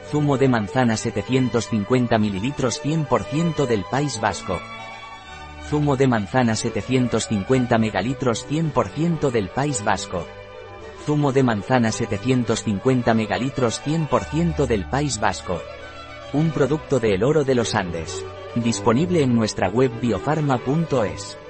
Zumo de manzana 750 ml 100% del País Vasco. Zumo de manzana 750 megalitros 100% del País Vasco. Zumo de manzana 750 megalitros 100% del País Vasco. Un producto de El Oro de los Andes. Disponible en nuestra web biofarma.es.